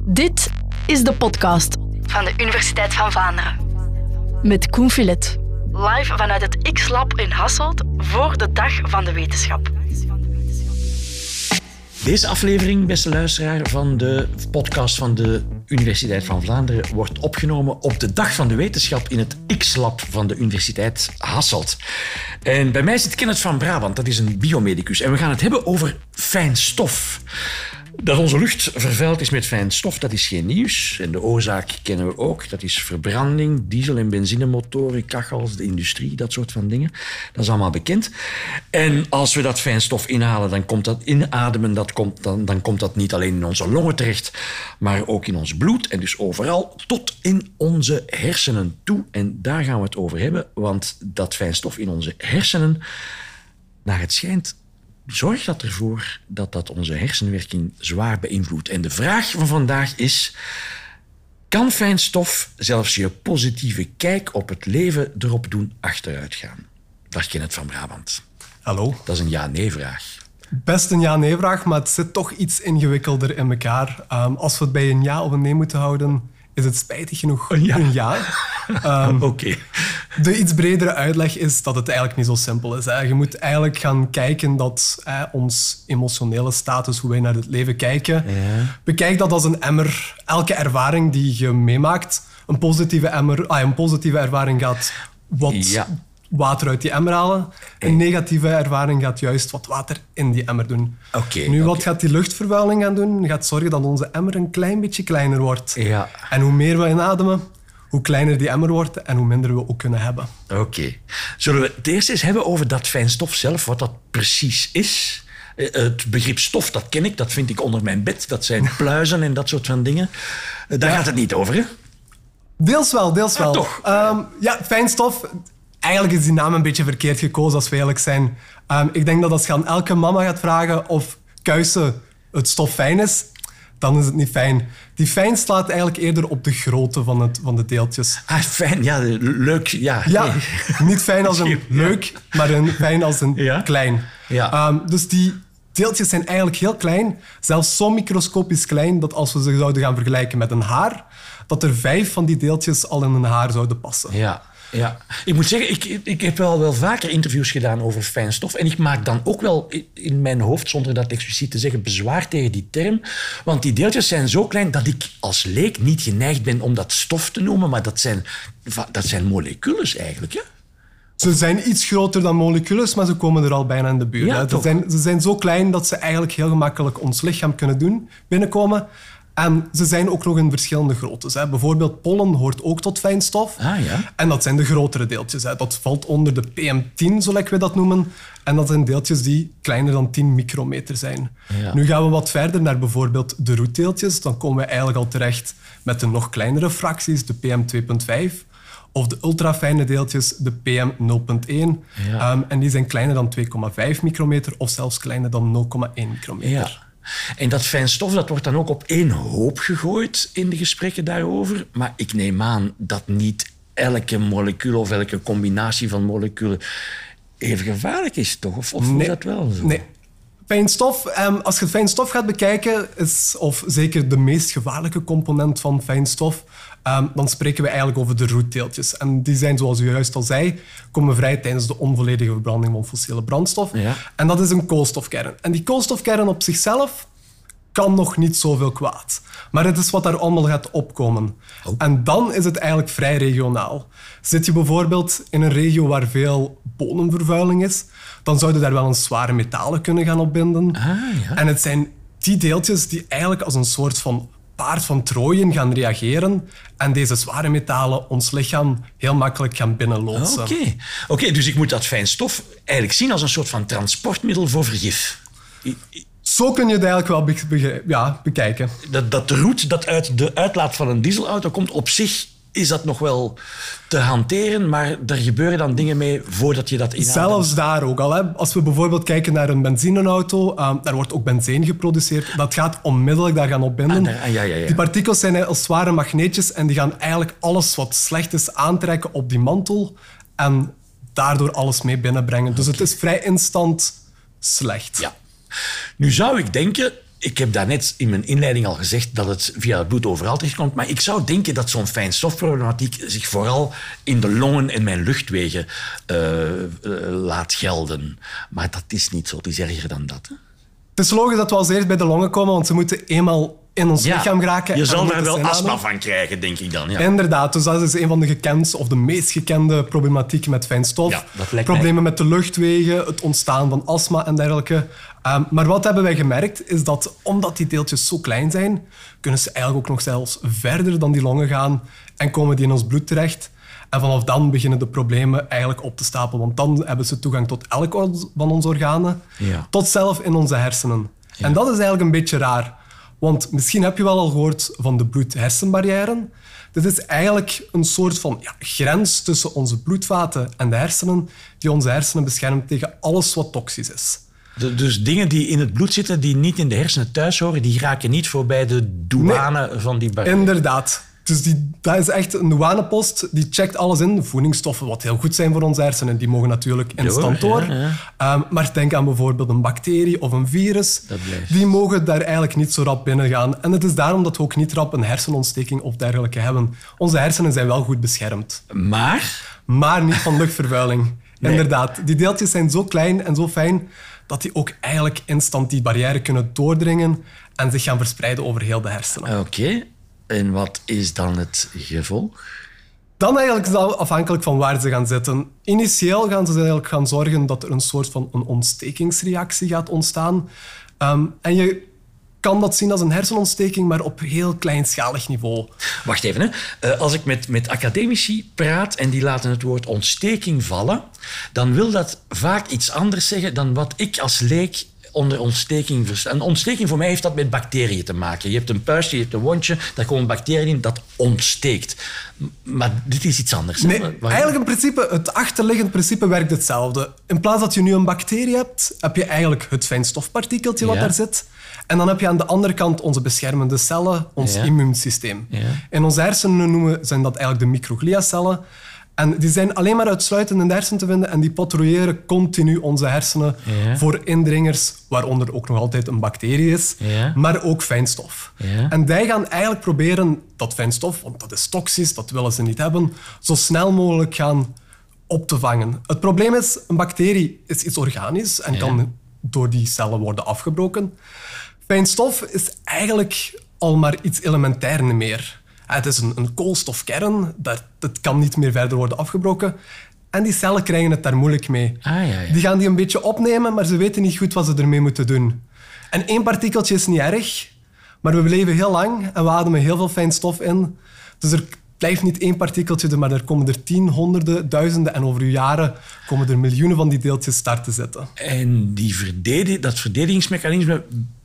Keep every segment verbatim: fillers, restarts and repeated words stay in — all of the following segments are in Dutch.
Dit is de podcast van de Universiteit van Vlaanderen. Met Koen Filet. Live vanuit het X-Lab in Hasselt voor de Dag van de Wetenschap. Deze aflevering, beste luisteraar, van de podcast van de Universiteit van Vlaanderen wordt opgenomen op de Dag van de Wetenschap in het X-Lab van de Universiteit Hasselt. En bij mij zit Kenneth van Brabant, dat is een biomedicus. En we gaan het hebben over fijn stof. Dat onze lucht vervuild is met fijn stof, dat is geen nieuws. En de oorzaak kennen we ook. Dat is verbranding, diesel- en benzinemotoren, kachels, de industrie, dat soort van dingen. Dat is allemaal bekend. En als we dat fijn stof inhalen, dan komt dat inademen, dat komt, dan, dan komt dat niet alleen in onze longen terecht, maar ook in ons bloed en dus overal tot in onze hersenen toe. En daar gaan we het over hebben, want dat fijn stof in onze hersenen, naar het schijnt, zorg dat ervoor dat dat onze hersenwerking zwaar beïnvloedt. En de vraag van vandaag is: kan fijn stof zelfs je positieve kijk op het leven erop doen achteruitgaan? Dag Kenneth van Brabant. Hallo. Dat is een ja-nee-vraag. Best een ja-nee-vraag, maar het zit toch iets ingewikkelder in elkaar. Um, als we het bij een ja of een nee moeten houden, is het spijtig genoeg een ja. Een ja. Um, Oké. Okay. De iets bredere uitleg is dat het eigenlijk niet zo simpel is. Hè. Je moet eigenlijk gaan kijken dat eh, ons emotionele status, hoe wij naar het leven kijken, ja. bekijk dat als een emmer. Elke ervaring die je meemaakt, een positieve, emmer, ah, een positieve ervaring gaat wat ja. water uit die emmer halen. Een negatieve ervaring gaat juist wat water in die emmer doen. Okay, nu, wat okay. gaat die luchtvervuiling gaan doen? Gaat zorgen dat onze emmer een klein beetje kleiner wordt. Ja. En hoe meer we inademen, hoe kleiner die emmer wordt en hoe minder we ook kunnen hebben. Oké. Okay. Zullen we het eerst eens hebben over dat fijn stof zelf, wat dat precies is? Het begrip stof, dat ken ik, dat vind ik onder mijn bed. Dat zijn pluizen en dat soort van dingen. Daar ja. gaat het niet over, hè? Deels wel, deels wel. Ah, toch? Um, ja, fijn stof. Eigenlijk is die naam een beetje verkeerd gekozen, als we eerlijk zijn. Um, ik denk dat als je aan elke mama gaat vragen of kuisen het stof fijn is, dan is het niet fijn. Die fijn slaat eigenlijk eerder op de grootte van, het, van de deeltjes. Ah, fijn. Ja, leuk. Ja, ja nee. Niet fijn als een leuk, maar een fijn als een ja? klein. Ja. Um, dus die deeltjes zijn eigenlijk heel klein. Zelfs zo microscopisch klein dat als we ze zouden gaan vergelijken met een haar, dat er vijf van die deeltjes al in een haar zouden passen. Ja. Ja, ik moet zeggen, ik, ik heb wel, wel vaker interviews gedaan over fijn stof. En ik maak dan ook wel in mijn hoofd, zonder dat expliciet te zeggen, bezwaar tegen die term. Want die deeltjes zijn zo klein dat ik als leek niet geneigd ben om dat stof te noemen. Maar dat zijn, dat zijn moleculen eigenlijk, hè? Ze zijn iets groter dan moleculen, maar ze komen er al bijna in de buurt. Ja, ze, zijn, ze zijn zo klein dat ze eigenlijk heel gemakkelijk ons lichaam kunnen doen, binnenkomen. En ze zijn ook nog in verschillende groottes. Hè. Bijvoorbeeld pollen hoort ook tot fijn stof. Ah, ja. En dat zijn de grotere deeltjes. Hè. Dat valt onder de P M tien, zoals we dat noemen. En dat zijn deeltjes die kleiner dan tien micrometer zijn. Ja. Nu gaan we wat verder naar bijvoorbeeld de roetdeeltjes. Dan komen we eigenlijk al terecht met de nog kleinere fracties, de P M twee komma vijf. Of de ultrafijne deeltjes, de P M nul komma één. Ja. Um, en die zijn kleiner dan twee komma vijf micrometer of zelfs kleiner dan nul komma één micrometer. Ja. En dat fijn stof dat wordt dan ook op één hoop gegooid in de gesprekken daarover. Maar ik neem aan dat niet elke molecuul of elke combinatie van moleculen even gevaarlijk is, toch? Of, of nee. is dat wel zo? Nee. Fijn stof, um, als je fijn stof gaat bekijken, is, of zeker de meest gevaarlijke component van fijn stof, um, dan spreken we eigenlijk over de roetdeeltjes. En die zijn, zoals u juist al zei, komen vrij tijdens de onvolledige verbranding van fossiele brandstof. Ja. En dat is een koolstofkern. En die koolstofkern op zichzelf kan nog niet zoveel kwaad. Maar het is wat daar allemaal gaat opkomen. Oh. En dan is het eigenlijk vrij regionaal. Zit je bijvoorbeeld in een regio waar veel bodemvervuiling is, dan zouden daar wel eens zware metalen kunnen gaan opbinden. Ah, ja. En het zijn die deeltjes die eigenlijk als een soort van paard van Troje gaan reageren en deze zware metalen ons lichaam heel makkelijk gaan binnenloodsen. Oké, okay. okay, dus ik moet dat fijn stof eigenlijk zien als een soort van transportmiddel voor vergif. Zo kun je het eigenlijk wel be- be- ja, bekijken. Dat, dat roet dat uit de uitlaat van een dieselauto komt, op zich is dat nog wel te hanteren, maar er gebeuren dan dingen mee voordat je dat inademt. Zelfs daar ook al. Hè. Als we bijvoorbeeld kijken naar een benzineauto, uh, daar wordt ook benzine geproduceerd. Dat gaat onmiddellijk daar gaan opbinden. Ah, daar, ah, ja, ja, ja. Die partikels zijn als zware magneetjes en die gaan eigenlijk alles wat slecht is aantrekken op die mantel en daardoor alles mee binnenbrengen. Dus okay. Het is vrij instant slecht. Ja. Nu zou ik denken, ik heb daarnet in mijn inleiding al gezegd dat het via het bloed overal terechtkomt, maar ik zou denken dat zo'n fijnstofproblematiek zich vooral in de longen en mijn luchtwegen uh, uh, laat gelden. Maar dat is niet zo, het is erger dan dat. Hè? Het is logisch dat we als eerst bij de longen komen, want ze moeten eenmaal in ons ja, lichaam geraken. Je zal daar wel astma astma van krijgen, denk ik dan. Ja. Inderdaad, dus dat is een van de gekendste of de meest gekende problematieken met fijnstof. Ja, dat lijkt Problemen mij. met de luchtwegen, het ontstaan van astma en dergelijke. Um, maar wat hebben wij gemerkt, is dat omdat die deeltjes zo klein zijn, kunnen ze eigenlijk ook nog zelfs verder dan die longen gaan en komen die in ons bloed terecht. En vanaf dan beginnen de problemen eigenlijk op te stapelen, want dan hebben ze toegang tot elk van onze organen, Ja. tot zelf in onze hersenen. Ja. En dat is eigenlijk een beetje raar. Want misschien heb je wel al gehoord van de bloed-hersenbarrière. Dit is eigenlijk een soort van ja, grens tussen onze bloedvaten en de hersenen, die onze hersenen beschermt tegen alles wat toxisch is. De, dus dingen die in het bloed zitten, die niet in de hersenen thuis horen, die raken niet voorbij de douane nee, van die barrière. Inderdaad. Dus die, dat is echt een douanepost, die checkt alles in. Voedingsstoffen, wat heel goed zijn voor onze hersenen, die mogen natuurlijk instant door. Ja, ja. Um, maar denk aan bijvoorbeeld een bacterie of een virus. Dat blijft. Die mogen daar eigenlijk niet zo rap binnen gaan. En het is daarom dat we ook niet rap een hersenontsteking of dergelijke hebben. Onze hersenen zijn wel goed beschermd. Maar? Maar niet van luchtvervuiling. Nee. Inderdaad. Die deeltjes zijn zo klein en zo fijn dat die ook eigenlijk instant die barrière kunnen doordringen en zich gaan verspreiden over heel de hersenen. Oké. Okay. En wat is dan het gevolg? Dan eigenlijk is dat afhankelijk van waar ze gaan zitten. Initieel gaan ze eigenlijk gaan zorgen dat er een soort van een ontstekingsreactie gaat ontstaan. Um, en je kan dat zien als een hersenontsteking, maar op heel kleinschalig niveau. Wacht even. Hè. Uh, als ik met, met academici praat en die laten het woord ontsteking vallen, dan wil dat vaak iets anders zeggen dan wat ik als leek onder ontsteking versta. Een ontsteking voor mij heeft dat met bacteriën te maken. Je hebt een puistje, je hebt een wondje, daar komen bacteriën in, dat ontsteekt. Maar dit is iets anders. Nee, hè? eigenlijk in principe, het achterliggend principe werkt hetzelfde. In plaats dat je nu een bacterie hebt, heb je eigenlijk het fijnstofpartikeltje wat Ja. daar zit. En dan heb je aan de andere kant onze beschermende cellen, ons Ja. immuunsysteem. Ja. In onze hersenen noemen, zijn dat eigenlijk de microgliacellen. En die zijn alleen maar uitsluitend in de hersenen te vinden en die patrouilleren continu onze hersenen Ja. voor indringers, waaronder ook nog altijd een bacterie is, Ja. maar ook fijnstof. Ja. En wij gaan eigenlijk proberen dat fijnstof, want dat is toxisch, dat willen ze niet hebben, zo snel mogelijk gaan op te vangen. Het probleem is, een bacterie is iets organisch en Ja. kan door die cellen worden afgebroken. Fijnstof is eigenlijk al maar iets elementair niet meer. Het is een, een koolstofkern, dat, dat kan niet meer verder worden afgebroken. En die cellen krijgen het daar moeilijk mee. Ah, ja, ja. Die gaan die een beetje opnemen, maar ze weten niet goed wat ze ermee moeten doen. En één partikeltje is niet erg, maar we leven heel lang en we ademen heel veel fijn stof in. Dus er blijft niet één partikeltje, maar er komen er tien, honderden, duizenden en over jaren komen er miljoenen van die deeltjes daar te zitten. En die verdedig- dat verdedigingsmechanisme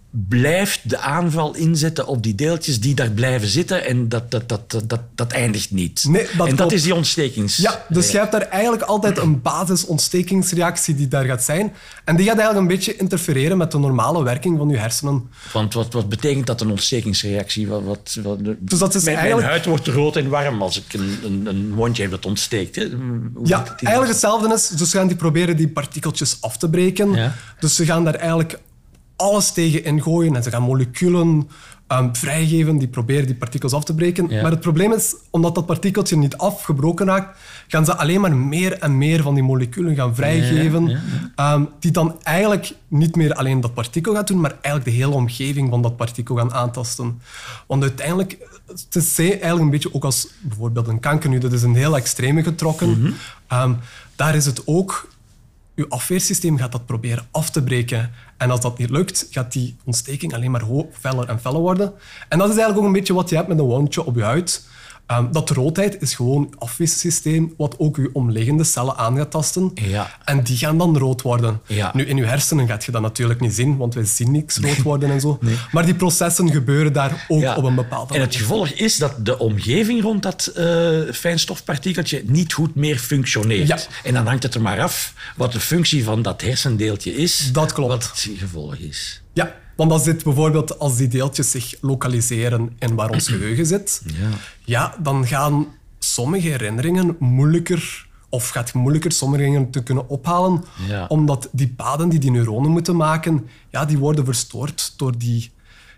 blijft de aanval inzetten op die deeltjes die daar blijven zitten en dat, dat, dat, dat, dat, dat eindigt niet. Nee, dat en dat klopt. is die ontstekings... Ja, dus je hebt daar eigenlijk altijd een basisontstekingsreactie die daar gaat zijn. En die gaat eigenlijk een beetje interfereren met de normale werking van je hersenen. Want wat, wat betekent dat, een ontstekingsreactie? Wat, wat, wat, Dus dat is mijn, eigenlijk- mijn huid wordt rood en warm als ik een, een, een wondje heb dat ontsteekt. Hè? Hoe Ja, zit het in? eigenlijk hetzelfde is. Dus ze gaan die proberen die partikeltjes af te breken. Ja. Dus ze gaan daar eigenlijk alles tegen ingooien en ze gaan moleculen um, vrijgeven die proberen die partikels af te breken. Ja. Maar het probleem is, omdat dat partikeltje niet afgebroken raakt, gaan ze alleen maar meer en meer van die moleculen gaan vrijgeven, Ja, ja, um, die dan eigenlijk niet meer alleen dat partikel gaan doen, maar eigenlijk de hele omgeving van dat partikel gaan aantasten. Want uiteindelijk, het is eigenlijk een beetje ook als bijvoorbeeld een kanker nu, dat is een heel extreme getrokken. Mhm. Um, daar is het ook, je afweersysteem gaat dat proberen af te breken. En als dat niet lukt, gaat die ontsteking alleen maar ho- feller en feller worden. En dat is eigenlijk ook een beetje wat je hebt met een wondje op je huid. Um, dat roodheid is gewoon je afweersysteem wat ook je omliggende cellen aan gaat tasten. Ja. En die gaan dan rood worden. Ja. Nu, in je hersenen gaat je dat natuurlijk niet zien, want wij zien niks rood worden en zo. Maar die processen gebeuren daar ook Ja. op een bepaalde En het manier. gevolg is dat de omgeving rond dat uh, fijnstofpartikeltje niet goed meer functioneert. Ja. En dan hangt het er maar af wat de functie van dat hersendeeltje is. Dat klopt. Wat het gevolg is. Ja, want als dit bijvoorbeeld als die deeltjes zich lokaliseren in waar ons geheugen zit, Ja. ja, dan gaan sommige herinneringen moeilijker, of gaat het moeilijker sommige dingen te kunnen ophalen, Ja. omdat die paden die die neuronen moeten maken, ja, die worden verstoord door die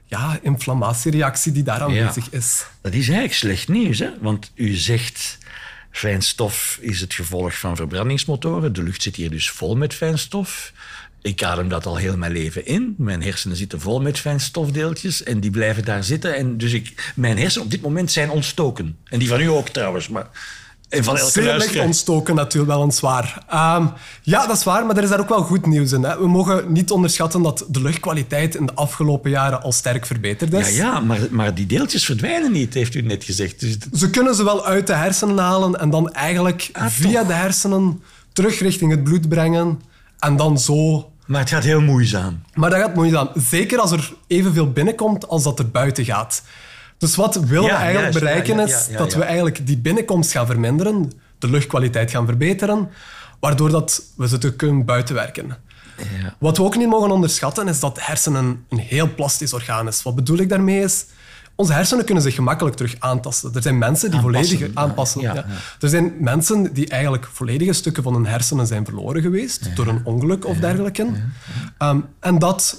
ja, inflammatiereactie die daar aanwezig Ja. is. Dat is eigenlijk slecht nieuws, hè? Want u zegt fijnstof is het gevolg van verbrandingsmotoren. De lucht zit hier dus vol met fijnstof. Ik adem dat al heel mijn leven in. Mijn hersenen zitten vol met fijnstofdeeltjes en die blijven daar zitten. En dus ik, mijn hersenen op dit moment zijn ontstoken. En die van u ook trouwens, maar... En van elke Zeer licht luisteraar. ontstoken natuurlijk, wel eens waar. Um, ja, dat is waar, maar er is daar ook wel goed nieuws in. Hè. We mogen niet onderschatten dat de luchtkwaliteit in de afgelopen jaren al sterk verbeterd Ja, is. ja maar, maar die deeltjes verdwijnen niet, heeft u net gezegd. Dus het- Ze kunnen ze wel uit de hersenen halen en dan eigenlijk Ah, via toch? de hersenen terug richting het bloed brengen en dan zo... maar het gaat heel moeizaam. Maar dat gaat moeizaam. Zeker als er evenveel binnenkomt als dat er buiten gaat. Dus wat willen Ja, we eigenlijk juist, bereiken ja, ja, is ja, ja, dat ja. we eigenlijk die binnenkomst gaan verminderen, de luchtkwaliteit gaan verbeteren, waardoor dat we ze te kunnen buitenwerken. Ja. Wat we ook niet mogen onderschatten is dat de hersenen een heel plastisch orgaan is. Wat bedoel ik daarmee is... Onze hersenen kunnen zich gemakkelijk terug aantasten. Er zijn mensen die Aanpassen, volledige... ja. Aanpassen, Ja, ja. ja. Er zijn mensen die eigenlijk volledige stukken van hun hersenen zijn verloren geweest door een ongeluk of dergelijke. Um, en dat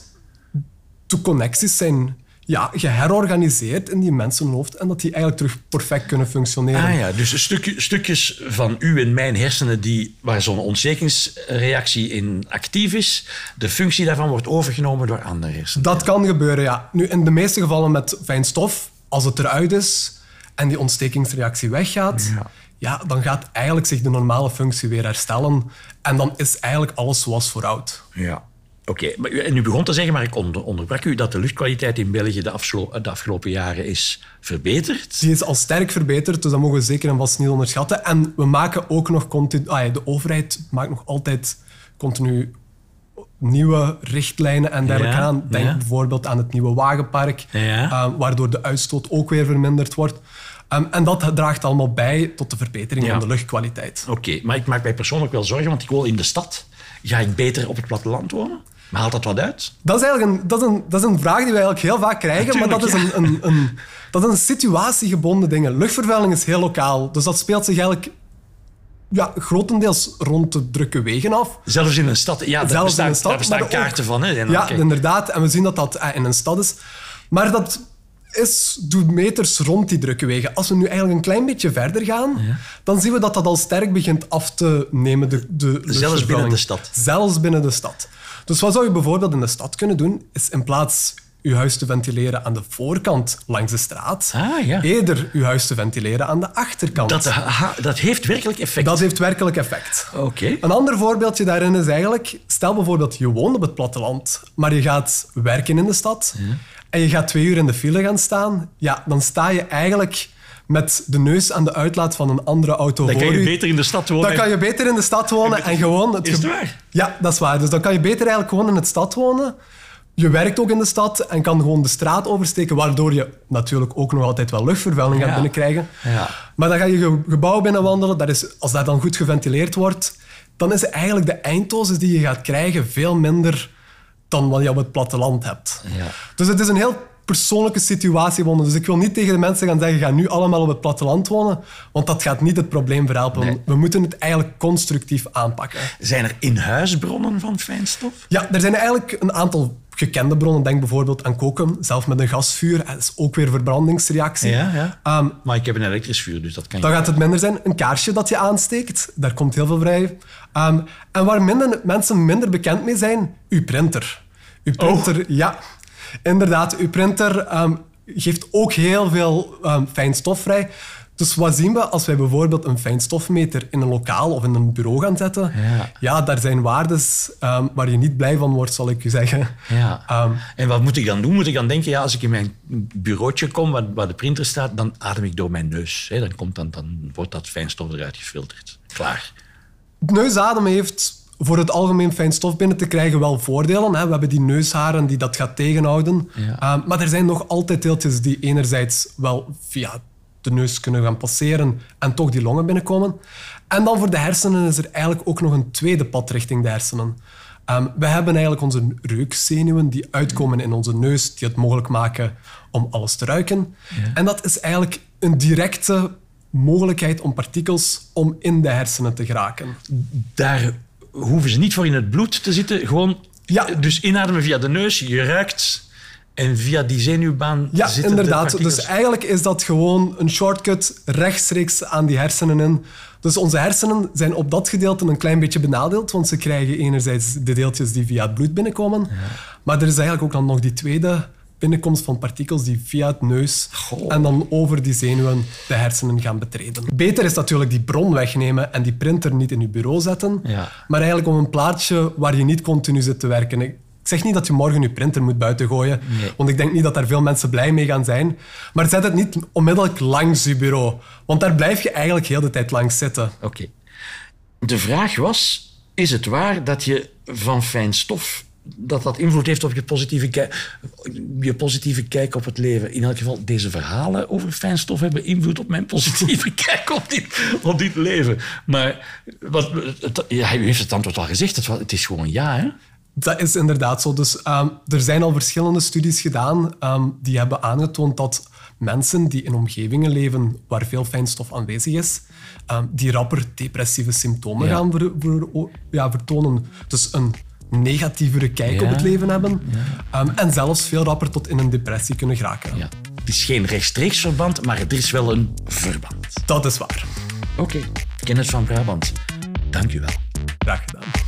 de connecties zijn ja, geherorganiseerd in die mensenhoofd en dat die eigenlijk terug perfect kunnen functioneren. Ah ja, dus stukje, stukjes van u en mijn hersenen die, waar zo'n ontstekingsreactie in actief is, de functie daarvan wordt overgenomen door andere hersenen. Dat kan gebeuren, ja. Nu, in de meeste gevallen met fijn stof, als het eruit is en die ontstekingsreactie weggaat, Ja. ja, dan gaat eigenlijk zich de normale functie weer herstellen en dan is eigenlijk alles zoals vooroud. Ja. Oké, maar u- en u begon te zeggen, maar ik onder, onderbrak u, dat de luchtkwaliteit in België de, afslo- de afgelopen jaren is verbeterd. Die is al sterk verbeterd, dus dat mogen we zeker en vast niet onderschatten. En we maken ook nog continu... Ah ja, de overheid maakt nog altijd continu nieuwe richtlijnen en dergelijke Ja, aan. Denk ja. bijvoorbeeld aan het nieuwe wagenpark, Ja. eh, waardoor de uitstoot ook weer verminderd wordt. Um, en dat draagt allemaal bij tot de verbetering Ja. van de luchtkwaliteit. Oké, maar ik maak mij persoonlijk wel zorgen, want ik woon in de stad. Ga ik beter op het platteland wonen? Maar haalt dat wat uit? Dat is eigenlijk een, dat is een, dat is een vraag die we eigenlijk heel vaak krijgen, maar dat is, Natuurlijk, een, een, een, dat is een situatiegebonden ding. Luchtvervuiling is heel lokaal, dus dat speelt zich eigenlijk ja, grotendeels rond de drukke wegen af. Zelfs in een stad? Ja, daar Zelfs in bestaan, een stad, daar bestaan maar ook- kaarten van. Hè? En, Ja, oké. inderdaad. En we zien dat dat eh, in een stad is. Maar dat is door meters rond die drukke wegen. Als we nu eigenlijk een klein beetje verder gaan, dan zien we dat dat al sterk begint af te nemen. De, de luchtvervuiling. binnen de stad. Zelfs binnen de stad. Dus wat zou je bijvoorbeeld in de stad kunnen doen, is in plaats je huis te ventileren aan de voorkant langs de straat, Ah, ja. eerder je huis te ventileren aan de achterkant. Dat, ha- dat heeft werkelijk effect. Dat heeft werkelijk effect. Oké. Een ander voorbeeldje daarin is eigenlijk... Stel bijvoorbeeld, je woont op het platteland, maar je gaat werken in de stad en je gaat twee uur in de file gaan staan. Ja, dan sta je eigenlijk met de neus aan de uitlaat van een andere auto Dan voor kan je u. beter in de stad wonen. Dan kan je beter in de stad wonen en gewoon... Het Is het ge- waar? Ja, dat is waar. Dus dan kan je beter eigenlijk gewoon in de stad wonen. Je werkt ook in de stad en kan gewoon de straat oversteken, waardoor je natuurlijk ook nog altijd wel luchtvervuiling gaat Ja. binnenkrijgen. Ja. Maar dan ga je je gebouw binnenwandelen. Dat is, als dat dan goed geventileerd wordt, dan is eigenlijk de einddosis die je gaat krijgen veel minder dan wat je op het platteland hebt. Ja. Dus het is een heel persoonlijke situatie wonen. Dus ik wil niet tegen de mensen gaan zeggen, ga nu allemaal op het platteland wonen, want dat gaat niet het probleem verhelpen. Nee. We moeten het eigenlijk constructief aanpakken. Zijn er in-huisbronnen van fijnstof? Ja, er zijn eigenlijk een aantal gekende bronnen. Denk bijvoorbeeld aan koken, zelf met een gasvuur. Dat is ook weer verbrandingsreactie. Ja, ja. Ehm, Maar ik heb een elektrisch vuur, dus dat kan dan je... gaat het minder zijn. Een kaarsje dat je aansteekt, daar komt heel veel vrij. Ehm, en waar minder, mensen minder bekend mee zijn, uw printer. Uw printer, ja. Inderdaad, uw printer ehm, geeft ook heel veel ehm, fijn stof vrij. Dus wat zien we als wij bijvoorbeeld een fijnstofmeter in een lokaal of in een bureau gaan zetten? Ja. Ja, daar zijn waardes ehm, waar je niet blij van wordt, zal ik u zeggen. Ja. Ehm, En wat moet ik dan doen? Moet ik dan denken, ja, als ik in mijn bureautje kom waar, waar de printer staat, dan adem ik door mijn neus. Hè? Dan, komt dan, dan wordt dat fijnstof eruit gefilterd. Klaar. Neusademen heeft voor het algemeen fijn stof binnen te krijgen wel voordelen. Hè. We hebben die neusharen die dat gaat tegenhouden. Ja. Uh, maar er zijn nog altijd deeltjes die enerzijds wel via de neus kunnen gaan passeren en toch die longen binnenkomen. En dan voor de hersenen is er eigenlijk ook nog een tweede pad richting de hersenen. Um, we hebben eigenlijk onze reukzenuwen die uitkomen in onze neus, die het mogelijk maken om alles te ruiken. Ja. En dat is eigenlijk een directe mogelijkheid om partikels om in de hersenen te geraken. Daar hoeven ze niet voor in het bloed te zitten. Gewoon Ja. dus inademen via de neus. Je ruikt En via die zenuwbaan Ja, zitten inderdaad. de Dus partikels... eigenlijk is dat gewoon een shortcut rechtstreeks aan die hersenen in. Dus onze hersenen zijn op dat gedeelte een klein beetje benadeeld, want ze krijgen enerzijds de deeltjes die via het bloed binnenkomen, ja. maar er is eigenlijk ook dan nog die tweede binnenkomst van partikels die via het neus Goh. en dan over die zenuwen de hersenen gaan betreden. Beter is natuurlijk die bron wegnemen en die printer niet in je bureau zetten, ja. maar eigenlijk om een plaatje waar je niet continu zit te werken. Ik zeg niet dat je morgen je printer moet buiten gooien, nee. want ik denk niet dat daar veel mensen blij mee gaan zijn. Maar zet het niet onmiddellijk langs je bureau, want daar blijf je eigenlijk heel de tijd langs zitten. Oké. Okay. De vraag was, is het waar dat je van fijn stof dat dat invloed heeft op je positieve, kijk, je positieve kijk op het leven? In elk geval, deze verhalen over fijnstof hebben invloed op mijn positieve kijk op dit, op dit leven. Maar wat, het, ja, u heeft het antwoord al gezegd, het, het is gewoon ja, hè? Dat is inderdaad zo. Dus, um, er zijn al verschillende studies gedaan um, die hebben aangetoond dat mensen die in omgevingen leven waar veel fijnstof aanwezig is, um, die rapper depressieve symptomen ja. gaan ver, ver, ja, vertonen. Dus een negatievere kijk ja. op het leven hebben ja. um, en zelfs veel rapper tot in een depressie kunnen geraken. Ja. Het is geen rechtstreeks verband, maar er is wel een verband. Dat is waar. Oké, okay. Kenneth van Brabant, dank u wel. Graag gedaan.